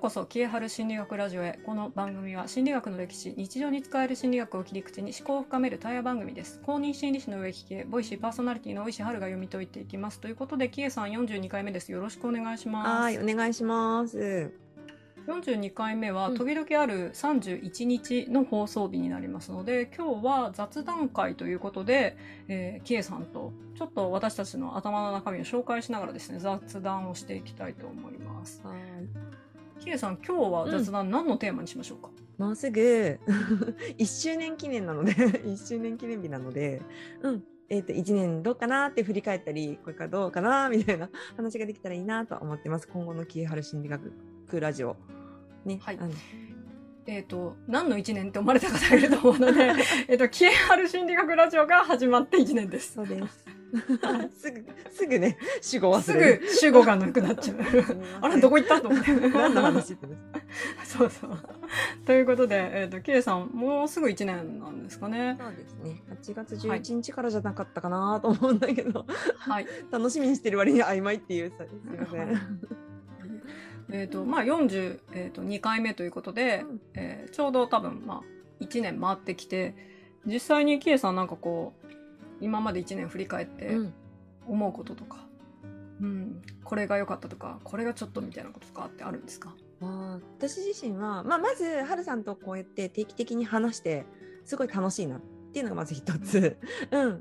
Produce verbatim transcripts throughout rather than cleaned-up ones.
こそキエハル心理学ラジオへ。この番組は心理学の歴史、日常に使える心理学を切り口に思考を深める対話番組です。公認心理師の植木系、ボイシーパーソナリティの大石春が読み解いていきます。ということで、キエさんよんじゅうにかいめです。よろしくお願いします。 はい、お願いします。 よんじゅうにかいめは時々あるさんじゅういちにちの放送日になりますので、今日は雑談会ということで、えー、キエさんとちょっと私たちの頭の中身を紹介しながらですね、雑談をしていきたいと思います。はい。キエさん、今日は雑談、うん、何のテーマにしましょうか？ もうすぐいっしゅうねん記念なのでいっしゅうねん記念日なので、うんえー、といちねんどうかなって振り返ったり、これからどうかなみたいな話ができたらいいなと思ってます。今後のキエハル心理学ラジオね。 はい。えっ、ー、と何のいちねんって思われた方いると思うのでえっとキエハル心理学ラジオが始まっていちねんです。 そうですすぐすぐね主語忘れる。 すぐ主語がなくなっちゃうあれどこ行ったと思って何の話ってそうそうということで、えーと、キエさんもうすぐいちねんなんですかね。 そうですね。はちがつじゅういちにちからじゃなかったかなと思うんだけど、はい、楽しみにしてる割に曖昧っていうさ、すいません、はい。 えーとまあ、よんじゅうにかいめということで、うんえー、ちょうど多分、まあ、いちねん回ってきて、実際にキエさんなんかこう今までいちねん振り返って思うこととか、うんうん、これが良かったとかこれがちょっとみたいなこととかってあるんですか？ あ私自身は、まあ、まずはるさんとこうやって定期的に話してすごい楽しいなっていうのがまず一つうん、うん、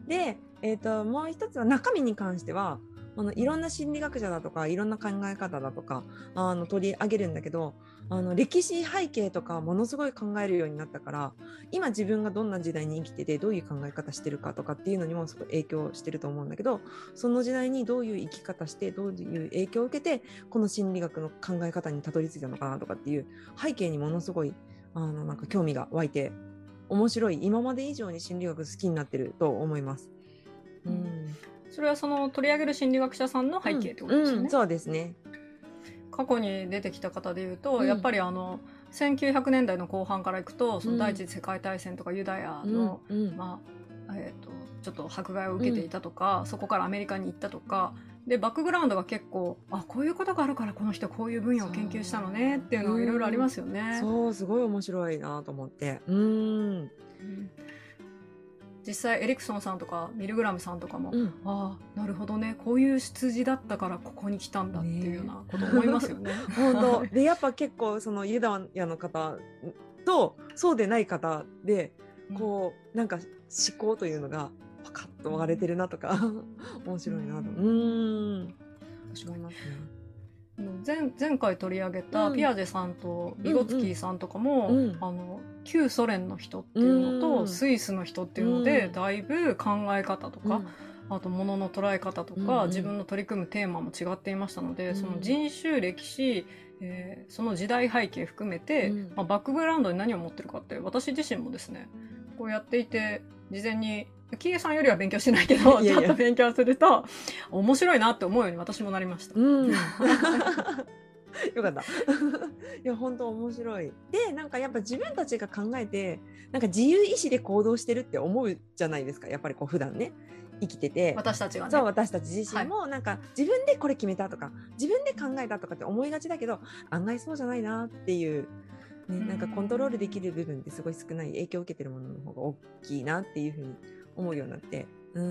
で、えーと、もう一つは中身に関してはあのいろんな心理学者だとかいろんな考え方だとかあの取り上げるんだけど、あの歴史背景とかものすごい考えるようになったから、今自分がどんな時代に生きててどういう考え方してるかとかっていうのにもすごい影響してると思うんだけど、その時代にどういう生き方してどういう影響を受けてこの心理学の考え方にたどり着いたのかなとかっていう背景にものすごいあのなんか興味が湧いて面白い、今まで以上に心理学好きになってると思います。うん、 それはその取り上げる心理学者さんの背景ってことですよね。 うんうん、そうですね。 過去に出てきた方でいうと、うん、やっぱりあのせんきゅうひゃくねんだいの後半からいくと、その第一次世界大戦とかユダヤの、うんうんまあえー、とちょっと迫害を受けていたとか、うん、そこからアメリカに行ったとかで、バックグラウンドが結構あこういうことがあるからこの人こういう分野を研究したのねっていうのがいろいろありますよね。 そう、そうすごい面白いなと思って、うん、うん実際エリクソンさんとかミルグラムさんとかも、うん、ああなるほどねこういう出自だったからここに来たんだっていうようなこと思いますよね。 本当でやっぱ結構そのユダヤの方とそうでない方でこう、うん、なんか思考というのがパカッと割れてるなとか面白いなと、うん、うん思いますね。 前, 前回取り上げたピアジェさんとビゴツキーさんとかも、うんうん、あの旧ソ連の人っていうのと、うん、スイスの人っていうので、うん、だいぶ考え方とか、うん、あと物の捉え方とか、うん、自分の取り組むテーマも違っていましたので、うん、その人種歴史、えー、その時代背景含めて、うんまあ、バックグラウンドに何を持ってるかって私自身もですねこうやっていて事前にキエさんよりは勉強してないけどいやいやちょっと勉強すると面白いなって思うように私もなりました。うんよかったいや本当面白い。でなんかやっぱ自分たちが考えてなんか自由意志で行動してるって思うじゃないですか。やっぱりこう普段ね生きてて私たちがね、 そう私たち自身もなんか自分でこれ決めたとか、はい、自分で考えたとかって思いがちだけど案外そうじゃないなっていう、ね、なんかコントロールできる部分ってすごい少ない、影響を受けてるものの方が大きいなっていうふうに思うようになって、うん、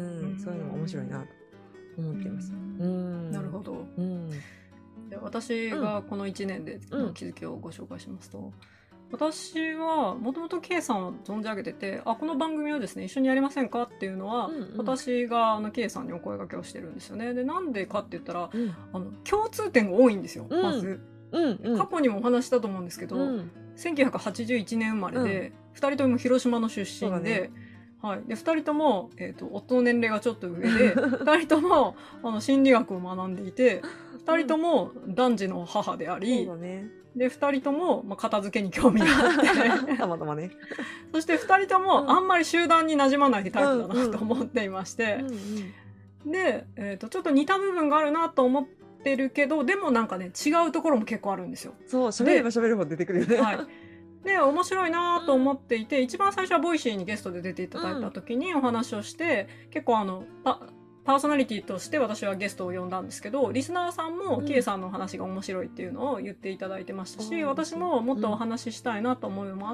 そういうのが面白いなと思ってます。うん、 なるほど。うんで私がこのいちねんでの気づきをご紹介しますと、うん、私はもともと K さんを存じ上げてて、あこの番組をですね一緒にやりませんかっていうのは、うんうん、私があの K さんにお声掛けをしてるんですよね。でなんでかって言ったら、うん、あの共通点が多いんですよ、うん、まず、うんうん、過去にもお話したと思うんですけど、うん、せんきゅうひゃくはちじゅういちねん生まれで、うん、ふたりとも広島の出身で、はい、でふたりとも、えーと、夫の年齢がちょっと上でふたりともあの心理学を学んでいてふたりとも男児の母であり、うんね、でふたりとも、まあ、片付けに興味があってたまたまねそしてふたりともあんまり集団に馴染まないタイプだなと思っていまして、うんうん、で、えーと、ちょっと似た部分があるなと思ってるけどでもなんかね違うところも結構あるんですよ。 そう喋れば喋るほど出てくるよね。 はいで面白いなと思っていて、うん、一番最初はボイシーにゲストで出ていただいた時にお話をして、うん、結構あのパパーソナリティとして私はゲストを呼んだんですけど、リスナーさんも K さんの話が面白いっていうのを言っていただいてましたし、 うん、 私ももっとお話ししたいなと思いもあって、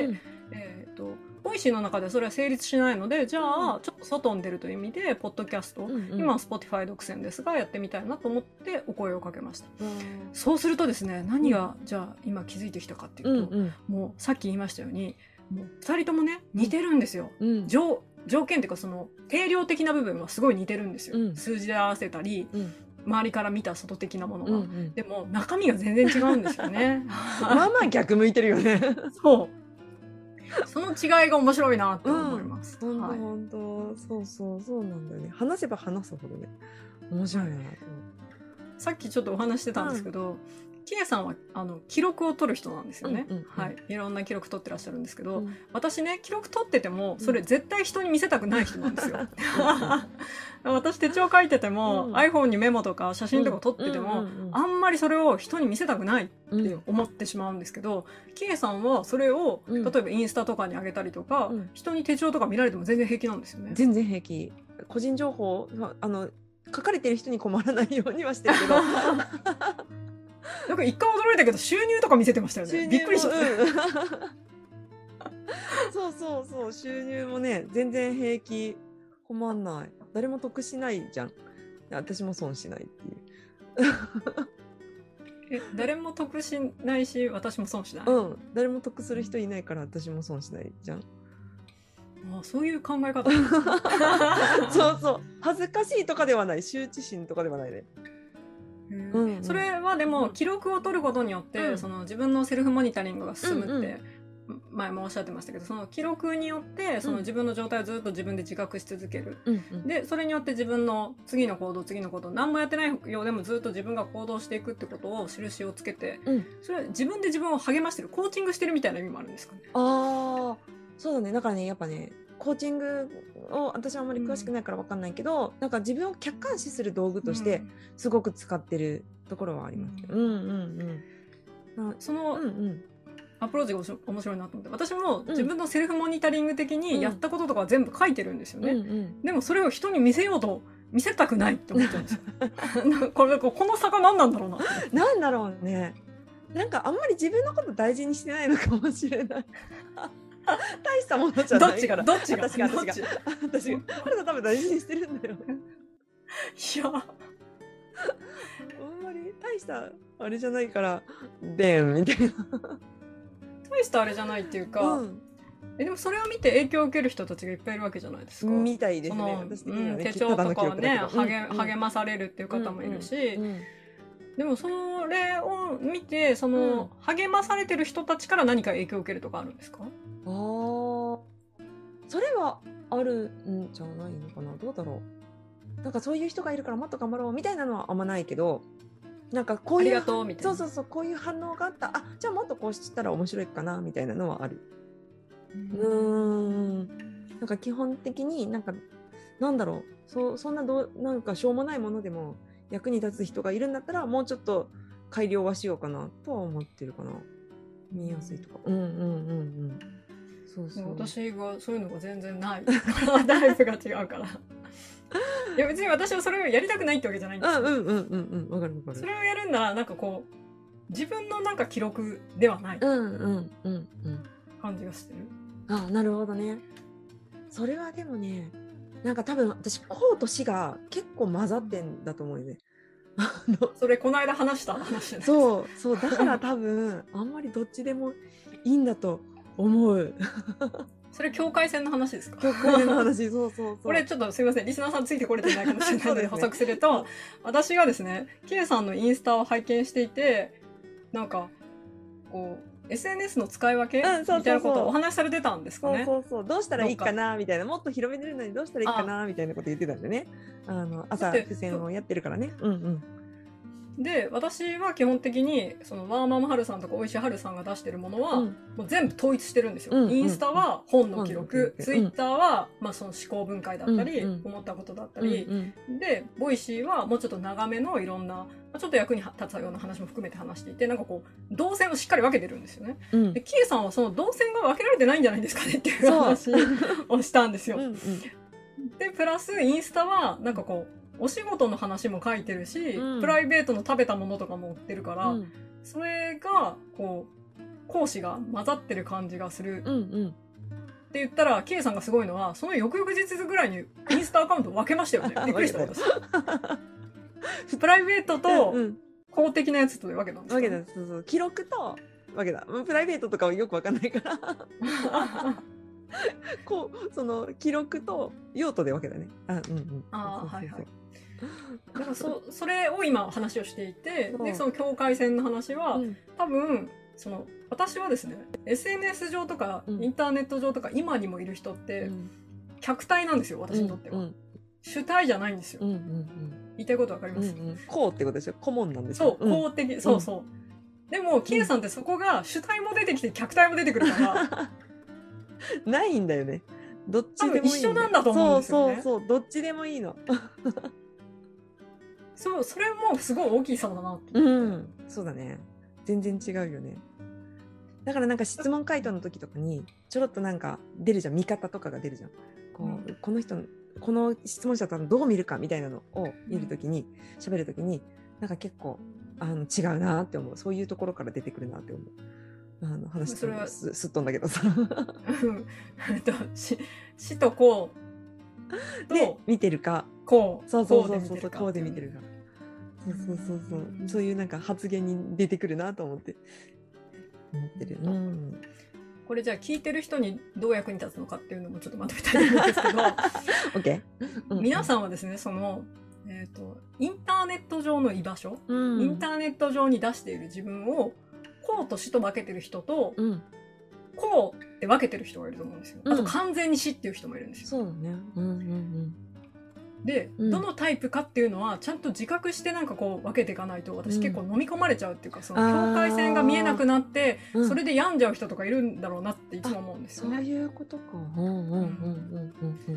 うん、えっとボイシーの中でそれは成立しないので、じゃあちょっと外に出るという意味でポッドキャスト、うんうん、今は Spotify 独占ですがやってみたいなと思ってお声をかけました。うん、そうするとですね、何がじゃあ今気づいてきたかっていうと、うんうん、もうさっき言いましたようにもうふたりともね似てるんですよ、うん、条, 条件っていうかその定量的な部分はすごい似てるんですよ、うん、数字で合わせたり、うん、周りから見た外的なものが、うんうん、でも中身が全然違うんですよねまあまあ逆向いてるよねそうその違いが面白いなって思います。 本当本当、そうそうそうなんだよね。話せば話すほどね面白いなと。 さっきちょっとお話してたんですけど、Kさんはあの記録を取る人なんですよね、うんうんうん、はい、いろんな記録取ってらっしゃるんですけど、うん、私ね記録取っててもそれ絶対人に見せたくない人なんですよ、うん、私手帳書いてても、うん、iPhone にメモとか写真とか撮ってても、うんうんうんうん、あんまりそれを人に見せたくないって思ってしまうんですけど、うん、K さんはそれを例えばインスタとかに上げたりとか、うん、人に手帳とか見られても全然平気なんですよね。 全然平気。個人情報あの書かれてる人に困らないようにはしてるけどなんか一回驚いたけど収入とか見せてましたよね。びっくりしました、うん、 そうそうそう収入もね全然平気、困んない、誰も得しないじゃん、私も損しないっていうえ誰も得しないし私も損しない、 うん、誰も得する人いないから私も損しないじゃん。 あ、そういう考え方そうそう恥ずかしいとかではない、羞恥心とかではないね。 うんうん、それはでも記録を取ることによって、うん、その自分のセルフモニタリングが進むって前もおっしゃってましたけど、その記録によってその自分の状態をずっと自分で自覚し続ける、うんうん、でそれによって自分の次の行動次の行動何もやってないようでもずっと自分が行動していくってことを印をつけて、うん、それは自分で自分を励ましてるコーチングしてるみたいな意味もあるんですかね。 ああそうだね。だからねやっぱねコーチングを私はあんまり詳しくないから分かんないけど、うん、なんか自分を客観視する道具としてすごく使ってるところはあります、うん、うんうんうんその、うんうん、アプローチが面白いなと思って、私も自分のセルフモニタリング的にやったこととか全部書いてるんですよね、うんうん、でもそれを人に見せようと見せたくないって思っちゃうんですよこれこの差が何なんだろうななんだろうね、なんかあんまり自分のこと大事にしてないのかもしれない大したものじゃないから。 どっちが私が私が私が彼が多分大事にしてるんだよいやあんまり大したあれじゃないからでんみたいな大したあれじゃないっていうか、うん、えでもそれを見て影響を受ける人たちがいっぱいいるわけじゃないですか。 みたいですね。私的にはね、 うん、手帳とかをね、うん、励, 励まされるっていう方もいるし、うんうんうん、でもそれを見てその、うん、励まされてる人たちから何か影響を受けるとかあるんですか？ あーそれはあるんじゃないのかな、どうだろう。なんかそういう人がいるからもっと頑張ろうみたいなのはあんまないけど、なんかこういうありがとうみたいな、 そうそうそうこういう反応があった、あじゃあもっとこうしたら面白いかなみたいなのはある。うーんなんか基本的になんかなんだろう そ, そんなどなんかしょうもないものでも役に立つ人がいるんだったらもうちょっと改良はしようかなとは思ってるかな。見やすいとか。うんうんうんうんそうそう。 私がそういうのが全然ないタイプが違うからいや別に私はそれをやりたくないってわけじゃないんですよ。 うんうんうんうんわかるわかる。 それをやるんならなんかこう自分のなんか記録ではない感じがしてる。 うんうんうんうん、あなるほどね。それはでもねなんか多分私公と私が結構混ざってんだと思うよね。 それこの間話した話じゃないですか。 そうそうだから多分あんまりどっちでもいいんだと思うそれ境界線の話ですか？ 境界線の話そうそうそうこれちょっとすいませんリスナーさんついてこれてないかもしれないので補足すると、ね、私がですね K さんのインスタを拝見していてなんかこうエスエヌエス の使い分け、うん、そうそうそうみたいなことをお話しされてたんですかね。 そうそうそうどうしたらいいかなみたいなもっと広めれるのにどうしたらいいかなみたいなこと言ってたんでね。あの朝付箋をやってるからね。うんうんで私は基本的にそのワーママハルさんとかおいしいはるさんが出してるものは、うん、もう全部統一してるんですよ、うん、インスタは本の記録、うん、ツイッターは、まあ、その思考分解だったり、うん、思ったことだったり、うん、でボイシーはもうちょっと長めのいろんな、まあ、ちょっと役に立つような話も含めて話していてなんかこう動線をしっかり分けてるんですよね、うん、でキエさんはその動線が分けられてないんじゃないですかねっていう話をしたんですよ。うんうんでプラスインスタはなんかこうお仕事の話も書いてるし、 うん、 プライベートの食べたものとかも売ってるから、うん、それがこう講師が混ざってる感じがする、うんうん、って言ったら K さんがすごいのはその翌々日ぐらいにインスタアカウント分けましたよね。びっくりした私。プライベートと公的なやつとで分けたんですか、ね、 分けた。そうそう、記録と分けた。プライベートとかはよく分かんないからこうその記録と用途で分けたね。あ、うんうん。 あ、はいはい。だからそそれを今話をしていて、でその境界線の話は、うん、多分その私はですね エスエヌエス 上とか、うん、インターネット上とか今にもいる人って、うん、客体なんですよ私にとっては、うんうん、主体じゃないんですよ、うんうんうん、言いたいことわかります、うんうん、 こうってことでしょ、顧問なんですよ。 そう、公的、うん、そうそう、でも K さんってそこが主体も出てきて客体も出てくるからないんだよね。どっちでもいい。 一緒なんだと思うんですよね。 そうそうそう、どっちでもいいの。 そう、それもすごい大きい差だなって。 うん、そうだね。全然違うよね。だからなんか質問回答の時とかにちょろっとなんか出るじゃん、見方とかが出るじゃん。こう、うん、この人この質問者とどう見るかみたいなのを見る時に喋、うん、る時になんか結構あの違うなって思う。そういうところから出てくるなって思う。あの話すすすっとんだけどさ死とこうで見てるか、 こうそうそうそうそう、こうで見てるか、そうそうそうそう、うん、そういうなんか発言に出てくるなと思って思ってる、うん、 これじゃあ聞いてる人にどう役に立つのかっていうのもちょっとまとめたいと思うんですけど OK、うん、 皆さんはですねその、えーと、インターネット上の居場所、うん、インターネット上に出している自分をこうと死と分けてる人と、うん、こうって分けてる人がいると思うんですよ、うん、あと完全に死っていう人もいるんですよ。そうだね、うんうんうん、 で、うん、どのタイプかっていうのはちゃんと自覚してなんかこう分けていかないと私結構飲み込まれちゃうっていうか、うん、その境界線が見えなくなってそれで病んじゃう人とかいるんだろうなっていつも思うんですよね。 そういうことか。うんうんうんうんうん。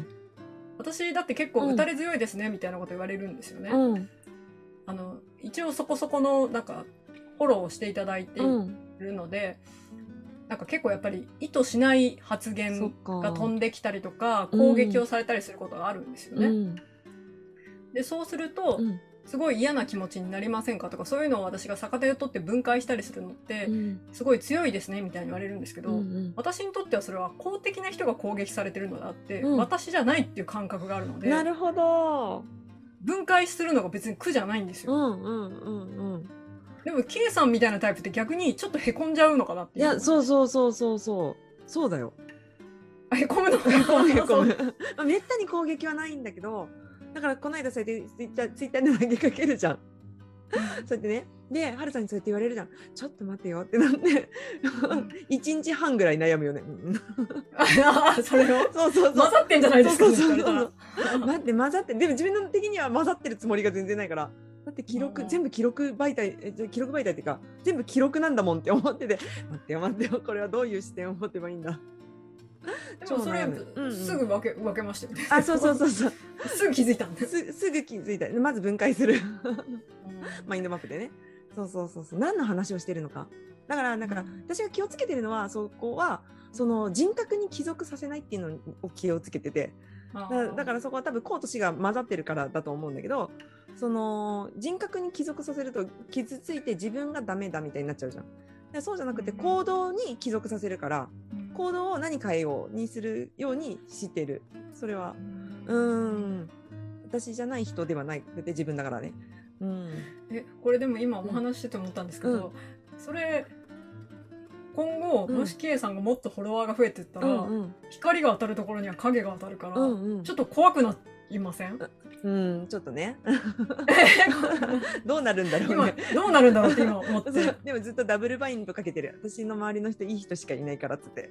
私だって結構打たれ強いですねみたいなこと言われるんですよね、うん、あの一応そこそこのなんかフォローをしていただいているので、うん、なんか結構やっぱり意図しない発言が飛んできたりとか攻撃をされたりすることがあるんですよね、うん、でそうすると、うん、すごい嫌な気持ちになりませんかとかそういうのを私が逆手を取って分解したりするのって、うん、すごい強いですねみたいに言われるんですけど、うんうん、私にとってはそれは公的な人が攻撃されてるのであって、うん、私じゃないっていう感覚があるので、 なるほど、 分解するのが別に苦じゃないんですよ、うんうんうんうん、でも K さんみたいなタイプって逆にちょっとへこんじゃうのかなっていう。 いや、そうそうそうそうそうそうだよ。 へこむのへこむへこむめったに攻撃はないんだけど、だからこの間そうやってツイッター、ツイッターで投げかけるじゃんそうやってね、ではるさんにそうやって言われるじゃん、ちょっと待ってよってなっていちにちはんぐらい悩むよねあそれをそうそうそう混ざってんじゃないですか。 そうそうそうそう待って混ざって、でも自分の的には混ざってるつもりが全然ないから、だって記録、全部記録媒体、え記録媒体っていうか全部記録なんだもんって思ってて、待ってよ待ってよ、これはどういう視点を持てばいいんだ。 でもそれ、うんうん、すぐ分け分けましたよね。 あ、そうそうそうそうすぐ気づいたんです。 すぐ気づいた。まず分解するマインドマップでね。そうそうそうそう。何の話をしてるのか。だからだから、うん、私が気をつけてるのはそこはその人格に帰属させないっていうのを気をつけてて。だ, だからそこは多分公と私が混ざってるからだと思うんだけど、その人格に帰属させると傷ついて自分がダメだみたいになっちゃうじゃん。でそうじゃなくて行動に帰属させるから、うん、行動を何変えようにするようにしてる。それはうーん私じゃない人ではないって自分だからね、うん、 えこれでも今お話してて思ったんですけど、うん、それ今後、うん、もし K さんがもっとフォロワーが増えていったら、うんうん、光が当たるところには影が当たるから、うんうん、ちょっと怖くなりません？ うん、ちょっとねどうなるんだろうね。 今どうなるんだろうって今思ってでもずっとダブルバインドかけてる。私の周りの人いい人しかいないからっつって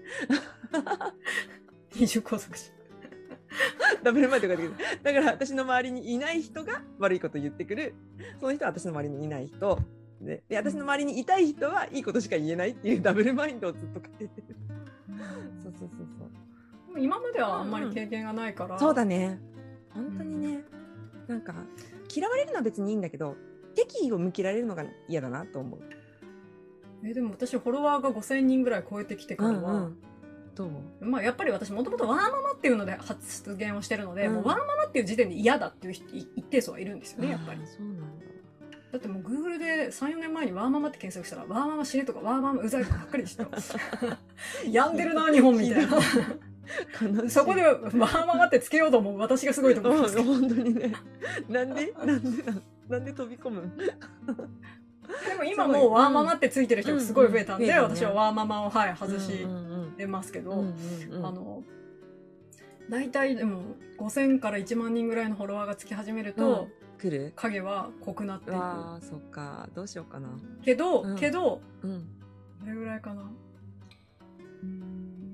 二重拘束しダブルバインドかけてる。だから私の周りにいない人が悪いこと言ってくる、その人は私の周りにいない人で、で私の周りにいたい人はいいことしか言えないっていうダブルバインドをずっとかけてるそうそうそうそう。 でも今まではあんまり経験がないから、 うん、そうだね、本当にね、うん、なんか嫌われるのは別にいいんだけど敵意を向けられるのが嫌だなと思う。 えでも私フォロワーがごせんにんぐらい超えてきてからは、うんうん、 どう？ まあ、やっぱり私もともとワーママっていうので発言をしてるので、 うん、 もうワーママっていう時点で嫌だっていう人一定数はいるんですよね、やっぱり。 そうなんだ。 だってもう Google でさん、よねんまえにワーママって検索したら、ワーママ死ねとか、ワーママうざいとかばっかりでした。病んでるな、日本みたいな。そこでワーママってつけようと思う私がすごいと思うんですけど。 本当にね。なんでなんでななんで飛び込むでも今もうワーママってついてる人がすごい増えたんで、 うんうん、 私はワーママを、はい、外し出ますけど、 うんうんうん、 あの、大体でもごせんからいちまん人ぐらいのフォロワーがつき始めると、うん、 来る影は濃くなっていく。 ああ、そっか。どうしようかな。 けど、 うん、 けど、 うん、 どれぐらいかな。うん、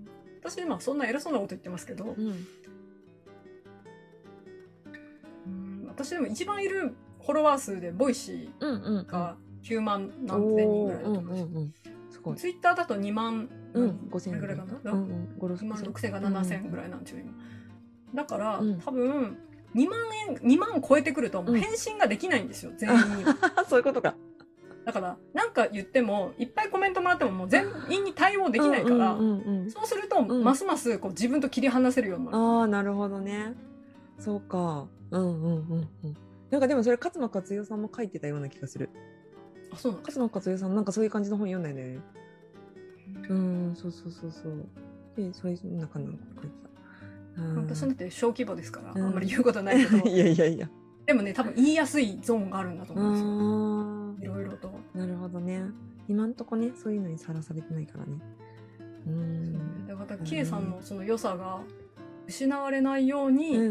私今そんな偉そうなこと言ってますけど、うん、うん私でも一番いるフォロワー数でボイシーがきゅうまん何千人ぐらいだと思います。ツイッターだとにまん、 うん、ごせんぐらいかな。 うんうん、 にまんろくせんがななせんぐらいなんですよ、今。だから、うん、多分にまんえん、にまん超えてくるともう返信ができないんですよ、うん、全員に。 そういうことか。 だから、なんか言っても、いっぱいコメントもらってももう全員に対応できないから、そうすると、ますますこう自分と切り離せるようになる。 ああ、なるほどね。そうか。うんうんうんうん。なんかでもそれ勝間和代さんも書いてたような気がする。 あ、そうなんですか。勝間和代さんなんかそういう感じの本読んだよね。うん、そうそうそうそう。で、そういう中の書いてた。私なんて小規模ですから、うん、あんまり言うことないけど。 いやいやいや。 でもね、多分言いやすいゾーンがあるんだと思うんですよ。いろいろと。 なるほどね。今んとこね、そういうのにさらされてないからね。 うん。だから、K さんのその良さが失われないように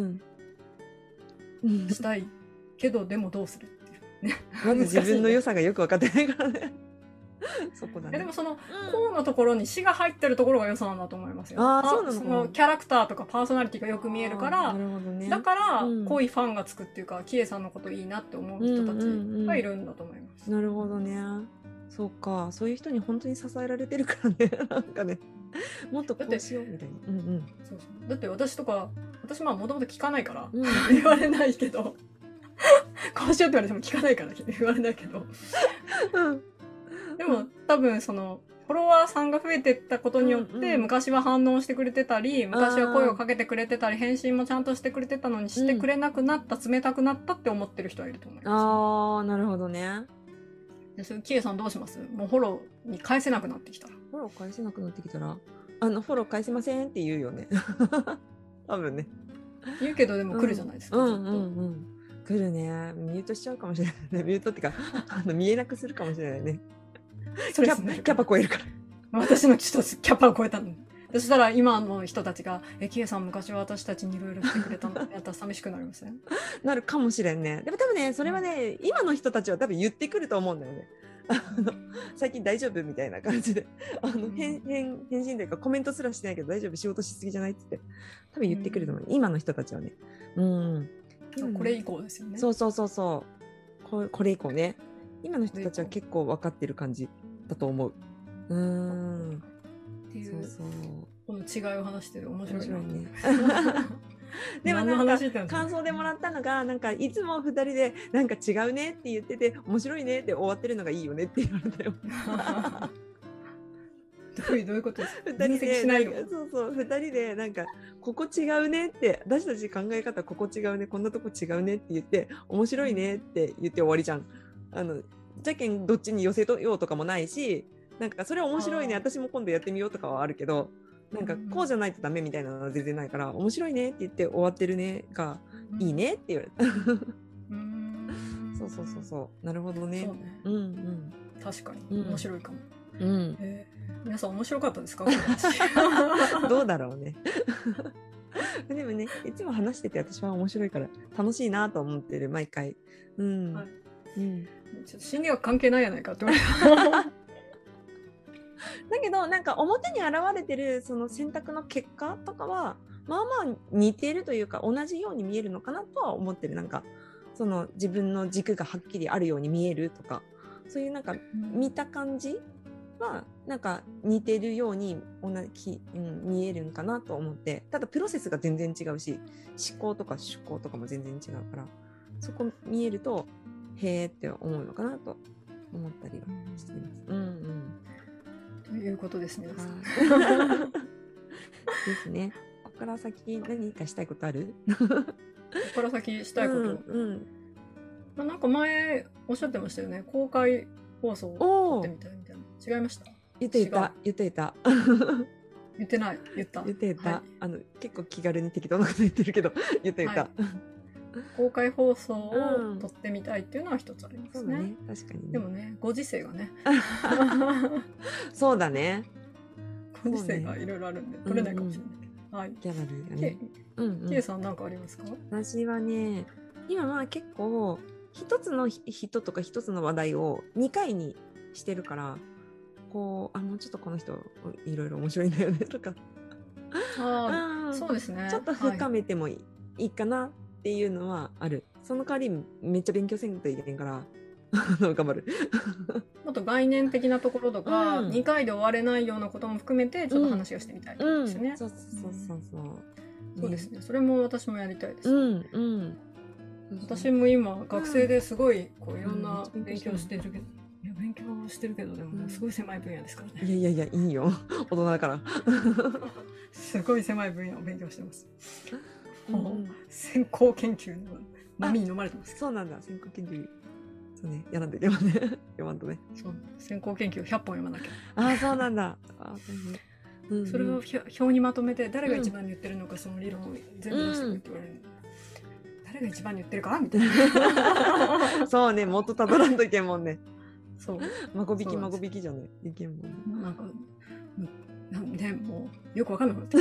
したいけど、でもどうするっていうね。 まず自分の良さがよく分かってないからね。そこだね。 でもその、こうのところに詩が入ってるところが良さなんだと思いますよ。 ああ、そうなの。 そのキャラクターとかパーソナリティがよく見えるから、 なるほどね、 だから、濃いファンがつくっていうか、キエさんのこといいなって思う人たちがいるんだと思います。 なるほどね。そうか、そういう人に本当に支えられてるからね。なんかね、もっとこうしようみたいな。うんうん。 そうそう。だって私とか、私まあもともと聞かないから、うん、言われないけど、こうしようって言われても聞かないから言われないけど。うんでも多分そのフォロワーさんが増えてったことによって、うんうん、昔は反応してくれてたり昔は声をかけてくれてたり返信もちゃんとしてくれてたのにしてくれなくなった、うん、冷たくなったって思ってる人はいると思います。 ああ、なるほどね。 でそれキエさんどうします？もうフォローに返せなくなってきたら。 フォロー返せなくなってきたらあのフォロー返せませんって言うよね。多分ね。 言うけどでも来るじゃないですか。 うんうんうんうん、来るね。ミュートしちゃうかもしれないね。ミュートってかあの見えなくするかもしれないね。キャ, キャパ超えるから。 私の一つキャパを超えたの。そしたら今の人たちが「えキエさん昔は私たちにいろいろしてくれたんだ」ってやったら寂しくなりません？ なるかもしれんね。でも多分ねそれはね、うん、今の人たちは多分言ってくると思うんだよね。あの最近大丈夫みたいな感じであの、うん、返, 返, 返信というかコメントすらしてないけど大丈夫仕事しすぎじゃないっつって多分言ってくると思う、うん、今の人たちはね。うん、 これ以降ですよね。 そうそうそうそうこ れ, これ以降ね今の人たちは結構分かってる感じだと思う。うーんっていう、そうそうこの違いを話してる面白いな。面白いね。 でもなんか感想でもらったのがなんかいつもふたりでなんか違うねって言ってて面白いねって終わってるのがいいよねって言われたよ。 どういうどういうことですか？ ふたりでなんかそうそうふたりでなんかここ違うねって私たち考え方ここ違うねこんなとこ違うねって言って面白いねって言って終わりじゃん。あのじゃけんどっちに寄せようとかもないしなんかそれ面白いね私も今度やってみようとかはあるけどなんかこうじゃないとダメみたいなのは全然ないから面白いねって言って終わってるねがいいねって言われた。そうそうそうそうなるほどね。そうね、うんうん、 確かに面白いかも、 うんえー、皆さん面白かったですか？ どうだろうね。でもねいつも話してて私は面白いから楽しいなと思ってる毎回。うん、はいうん、ちょっと心理学関係ないやないかって思ってだけどなんか表に現れてるその選択の結果とかはまあまあ似ているというか同じように見えるのかなとは思ってる。なんかその自分の軸がはっきりあるように見えるとかそういうなんか見た感じはなんか似てるように同じ、うん、見えるんかなと思って、ただプロセスが全然違うし思考とか趣向とかも全然違うからそこ見えるとへーって思うのかなと思ったりはしています。うんうんということですね。 ですね。ここから先何かしたいことある？ ここから先したいこと、 うんうん、 まあ、なんか前おっしゃってましたよね。公開放送を撮ってみたいみたいな。違いました？ 言っていた言っていた言ってない言った言っていた、 はい、 あの結構気軽に適当なこと言ってるけど言っていた、はい、 公開放送を撮ってみたいっていうのは一つありますね。うん、 そうだね、確かにね。 でもね、ご時世がねそうだね、 ご時世がいろいろあるんで撮れないかもしれないけど、うんうん、はい、 ギャラリーがね。 うんうん、Kさん何かありますか？ 私はね、今まあ結構一つの人とか一つの話題をにかいにしてるから、こうあもうちょっとこの人いろいろ面白いんだよねとかあ、うん、そうですね、 ちょっと深めてもいい、はい、いいかなっていうのはある。その代わりめっちゃ勉強せんといけないから頑張るもっと概念的なところとか、うん、にかいで終われないようなことも含めてちょっと話をしてみたいですね、うんうん、 そうそうそうそう、ね、 そうですね、それも私もやりたいです、 うんうん、 私も今学生ですごいこういろんな勉強してるけど、いや勉強してるけどでもね、すごい狭い分野ですからね。 いやいやいやいいよ大人だからすごい狭い分野を勉強してます。もう先行研究の波に飲まれてます。 そうなんだ、先行研究そうね、やらんといけまね読まんとね。 そう、先行研究ひゃっぽん読まなきゃ。 ああそうなんだ。あうんうん、それを表にまとめて誰が一番に言ってるのか、その理論を全部出してくって言われる、うん、誰が一番に言ってるかみたいなそうね、もっとたどらんといけんもんね。 そう孫引き孫引きじゃねいけんもんね。 なんかなんでもうよくわかんなくなって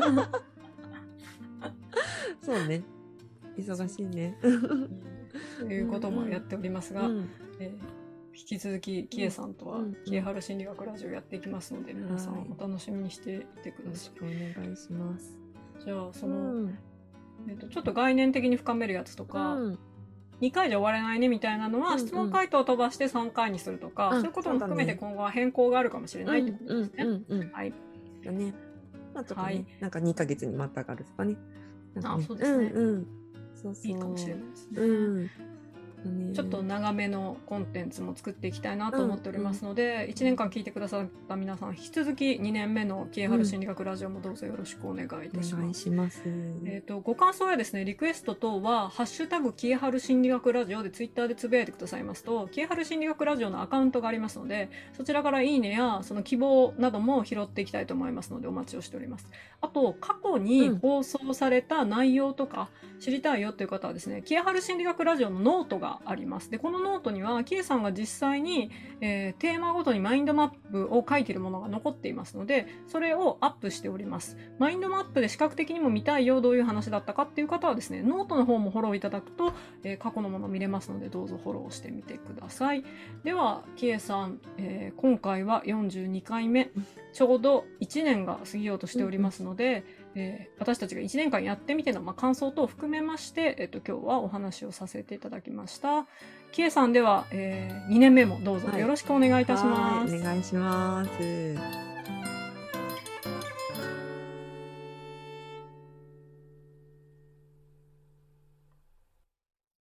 そうね、忙しいねということもやっておりますが、うんうんえー、引き続きキエさんとはキエハル心理学ラジオやっていきますので、うん、皆さんお楽しみにしていてください。 よろしくお願いします。 じゃあその、うんえー、とちょっと概念的に深めるやつとか、うん、にかいじゃ終われないねみたいなのは、うんうん、質問回答を飛ばしてさんかいにするとか、うん、そういうことも含めて今後は変更があるかもしれないってことですね。はい。 だね。まあちょっとね、はい、なんかにかげつにまた上がるとかね。 なんかねあ、そうですね。 うんうん、そうそういいかもしれないですね。 うんちょっと長めのコンテンツも作っていきたいなと思っておりますので、うんうん、いちねんかん聞いてくださった皆さん引き続きにねんめのキエハル心理学ラジオもどうぞよろしくお願いいたします。 お願いします。 えーと、ご感想やですねリクエスト等はハッシュタグキエハル心理学ラジオでツイッターでつぶやいてくださいますと、キエハル心理学ラジオのアカウントがありますので、そちらからいいねやその希望なども拾っていきたいと思いますのでお待ちをしております。あと過去に放送された内容とか知りたいよという方はですね、キエハル心理学ラジオのノートがあります。でこのノートにはキエさんが実際に、えー、テーマごとにマインドマップを書いているものが残っていますので、それをアップしております。マインドマップで視覚的にも見たいよ、どういう話だったかっていう方はですね、ノートの方もフォローいただくと、えー、過去のもの見れますので、どうぞフォローしてみてください。ではキエさん、えー、今回はよんじゅうにかいめ、ちょうどいちねんが過ぎようとしておりますので、えー、私たちがいちねんかんやってみての、まあ、感想等を含めまして、えーと、今日はお話をさせていただきました。キエさんでは、えー、にねんめもどうぞよろしくお願いいたします。 はい、お願いします。